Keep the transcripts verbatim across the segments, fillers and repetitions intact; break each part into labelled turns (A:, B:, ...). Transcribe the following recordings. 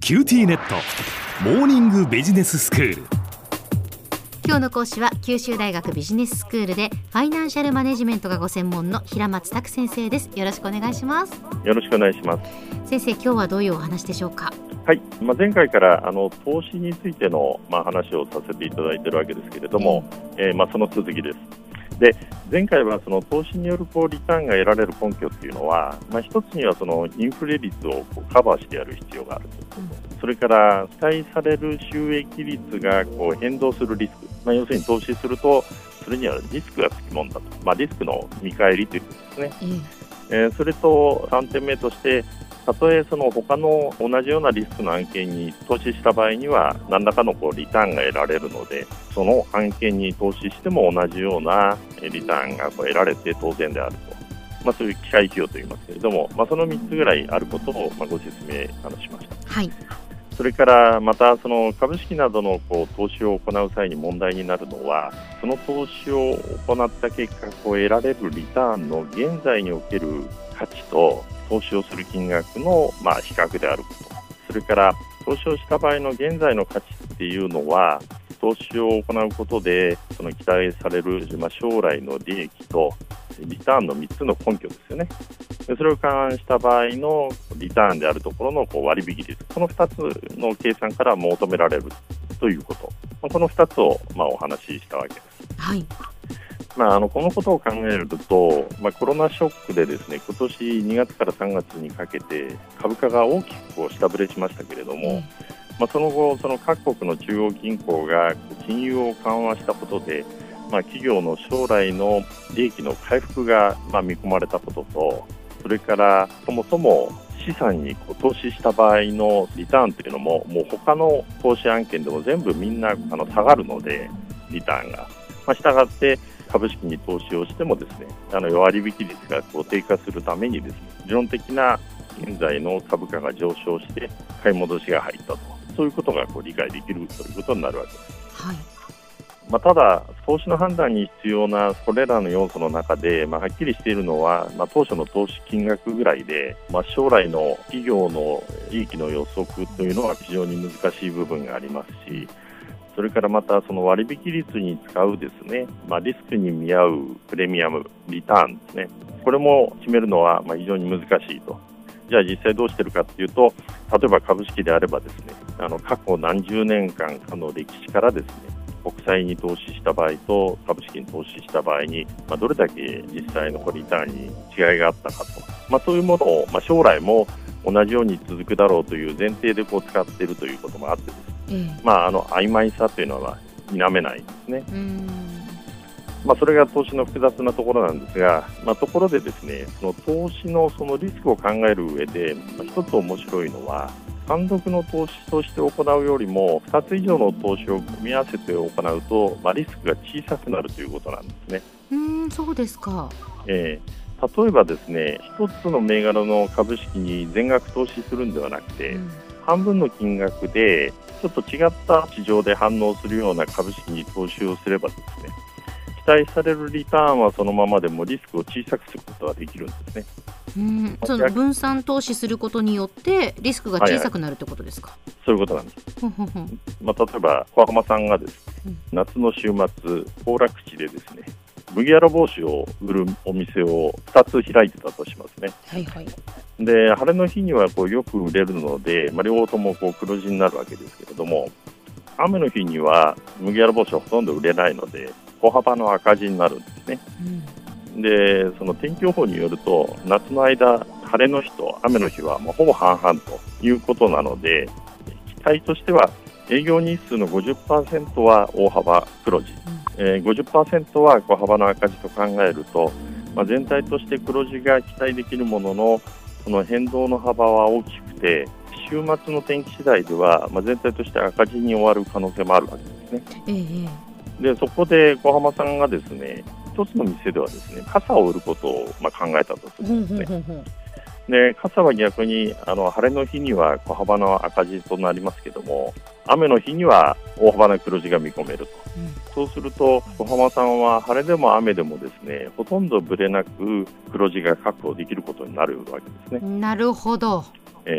A: キューティーネットモーニングビジネススクール。
B: 今日の講師は九州大学ビジネススクールでファイナンシャルマネジメントがご専門の平松卓先生です。よろしくお願いします。
C: よろしくお願いします。
B: 先生、今日はどういうお話でしょうか？
C: はい、まあ、前回からあの投資についての、まあ、話をさせていただいているわけですけれども、うんえーまあ、その続きです。で前回はその投資によるこうリターンが得られる根拠っていうのは、まあ、一つにはそのインフレ率をこうカバーしてやる必要があるということ、うん、それから期待される収益率がこう変動するリスク、まあ、要するに投資するとそれにはリスクがつきもんだと、まあ、リスクの見返りということですね、うんえー、それとさんてんめとしてたとえその他の同じようなリスクの案件に投資した場合には何らかのこうリターンが得られるので、その案件に投資しても同じようなリターンがこう得られて当然であると、まあ、そういう機会費用といいますけれども、まあ、そのみっつぐらいあることをまあご説明あのしました。
B: はい、
C: それからまたその株式などのこう投資を行う際に問題になるのは、その投資を行った結果こう得られるリターンの現在における価値と投資をする金額のまあ比較であること、それから投資をした場合の現在の価値っていうのは投資を行うことでその期待される、まあ、将来の利益とリターンのみっつの根拠ですよね。でそれを勘案した場合のリターンであるところのこう割引率、このふたつの計算から求められるということ、まあ、このふたつをまあお話ししたわけです。
B: はい
C: まあ、あのこのことを考えると、まあ、コロナショックでですね、今年にがつからさんがつにかけて株価が大きくこう下振れしましたけれども、うんまあ、その後その各国の中央銀行が金融を緩和したことで、まあ、企業の将来の利益の回復がまあ見込まれたことと、それからそもそも資産にこう投資した場合のリターンというのももう他の投資案件でも全部みんなあの下がるので、リターンが、まあ、したがって株式に投資をしてもですね、あの割引率がこう低下するためにですね、理論的な現在の株価が上昇して買い戻しが入ったと、そういうことがこう理解できるということになるわけです。
B: はい
C: まあ、ただ投資の判断に必要なこれらの要素の中で、まあ、はっきりしているのは、まあ、当初の投資金額ぐらいで、まあ、将来の企業の利益の予測というのは非常に難しい部分がありますし、それからまたその割引率に使うですね、まあ、リスクに見合うプレミアムリターンですね、これも決めるのはまあ非常に難しいと。じゃあ実際どうしているかというと、例えば株式であればですね、あの過去何十年間かの歴史からですね、国債に投資した場合と株式に投資した場合に、まあ、どれだけ実際のリターンに違いがあったかと、まあ、そういうものを、まあ、将来も同じように続くだろうという前提でこう使っているということもあってですね、えーまあ、あの曖昧さというのは否めないんですね。うーん、まあ、それが投資の複雑なところなんですが、まあ、ところでですね、その投資のそのリスクを考える上で、まあ、一つ面白いのは単独の投資として行うよりもふたつ以上の投資を組み合わせて行うと、まあ、リスクが小さくなるということなんですね。
B: うーん、そうですか。
C: えー、例えばですね、一つの銘柄の株式に全額投資するんではなくて、うん、半分の金額でちょっと違った市場で反応するような株式に投資をすればですね、期待されるリターンはそのままでもリスクを小さくすることができるんですね。
B: うん、その分散投資することによってリスクが小さくなるってことですか？
C: はいはい、そういうことなんです。まあ、例えば小浜さんがですね、うん、夏の週末行楽地でですね、麦わら帽子を売るお店をふたつ開いてたとしますね。
B: はいはい。
C: で晴れの日にはこうよく売れるので、まあ、両方ともこう黒字になるわけですけれども、雨の日には麦わら帽子はほとんど売れないので小幅の赤字になるんですね。うん、でその天気予報によると夏の間晴れの日と雨の日はもうほぼ半々ということなので、期待としては営業日数の ごじゅっパーセント は大幅黒字、うんえー、ごじゅっパーセント は小幅の赤字と考えると、まあ、全体として黒字が期待できるもののその変動の幅は大きくて、週末の天気次第では、まあ、全体として赤字に終わる可能性もあるわけですね。ええ、でそこで小浜さんがですね、一つの店ではですね、傘を売ることをまあ考えたとするんですね。で傘は逆にあの晴れの日には小幅な赤字となりますけども、雨の日には大幅な黒字が見込めると、うん、そうすると小浜さんは晴れでも雨でもですね、ほとんどぶれなく黒字が確保できることになるわけですね。
B: なるほど。
C: え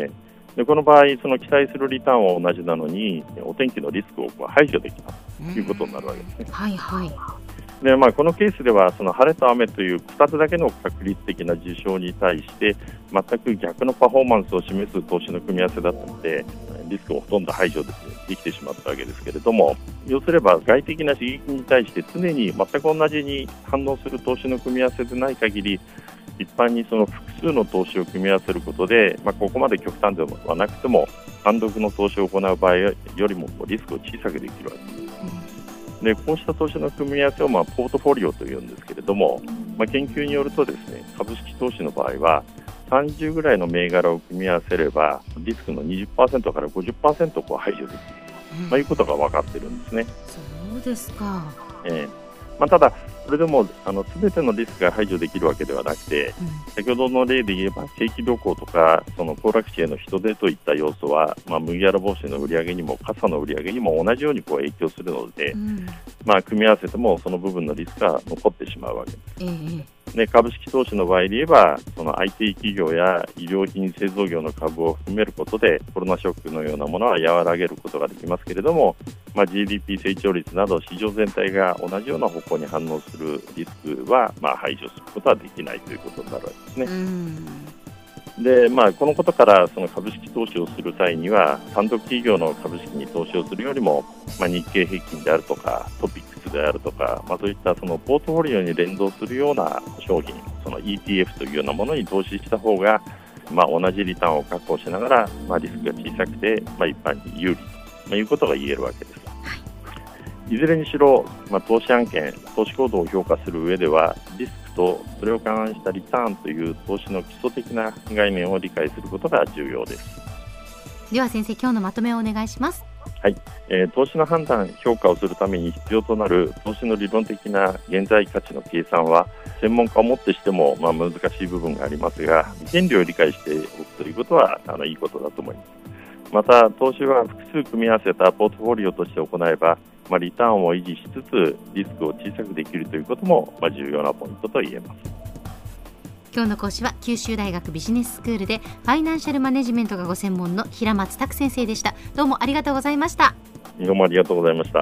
C: でこの場合、その期待するリターンは同じなのに、お天気のリスクをこう排除できたということになるわけですね。
B: はいはい。
C: でまあ、このケースでは、その晴れと雨というふたつだけの確率的な事象に対して、全く逆のパフォーマンスを示す投資の組み合わせだったので、リスクをほとんど排除できてしまったわけですけれども、要すれば外的な刺激に対して常に全く同じに反応する投資の組み合わせでない限り、一般にその複数の投資を組み合わせることで、まあ、ここまで極端ではなくても単独の投資を行う場合よりもリスクを小さくできるわけです。でこうした投資の組み合わせをまあポートフォリオというんですけれども、まあ、研究によるとですね、株式投資の場合はさんじゅうぐらいの銘柄を組み合わせればリスクの にじゅっパーセント から ごじゅっパーセント を排除できる、まあ、いうことが分かっているんですね。
B: そうですか。
C: えーまあ、ただそれでもあの全てのリスクが排除できるわけではなくて、うん、先ほどの例で言えば景気動向とかその行楽地への人出といった要素は、まあ、麦わら帽子の売り上げにも傘の売り上げにも同じようにこう影響するので、うん、まあ、組み合わせてもその部分のリスクが残ってしまうわけです。えーで株式投資の場合で言えば、その アイティー 企業や衣料品製造業の株を含めることでコロナショックのようなものは和らげることができますけれども、まあ、ジーディーピー 成長率など市場全体が同じような方向に反応するリスクはまあ排除することはできないということになるわけですね。うんでまあ、このことからその株式投資をする際には単独企業の株式に投資をするよりも、まあ、日経平均であるとかトピックスであるとか、まあ、そういったそのポートフォリオに連動するような商品、その イーティーエフ というようなものに投資した方が、まあ、同じリターンを確保しながら、まあ、リスクが小さくて、まあ、一般に有利ということが言えるわけです。いずれにしろ、まあ、投資案件、投資行動を評価する上ではリスクとそれを勘案したリターンという投資の基礎的な概念を理解することが重要です。
B: では先生、今日のまとめをお願いします。
C: はい、えー、投資の判断、評価をするために必要となる投資の理論的な現在価値の計算は専門家をもってしても、まあ、難しい部分がありますが、原理を理解しておくということはあのいいことだと思います。また投資は複数組み合わせたポートフォリオとして行えば、まあ、リターンを維持しつつリスクを小さくできるということも、まあ、重要なポイントと言えます。
B: 今日の講師は九州大学ビジネススクールでファイナンシャルマネジメントがご専門の平松卓先生でした。どうもありがとうございました。
C: どうもありがとうございました。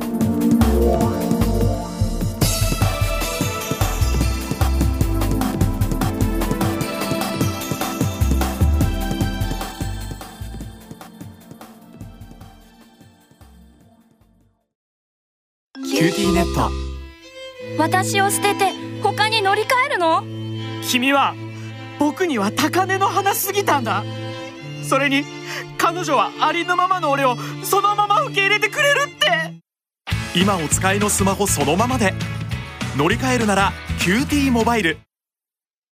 A: キューティーネット。
D: 私を捨てて他に乗り換えるの？
E: 君は僕には高嶺の花すぎたんだ。それに彼女はありのままの俺をそのまま受け入れてくれるって。
A: 今お使いのスマホそのままで乗り換えるなら キューティー モバイル。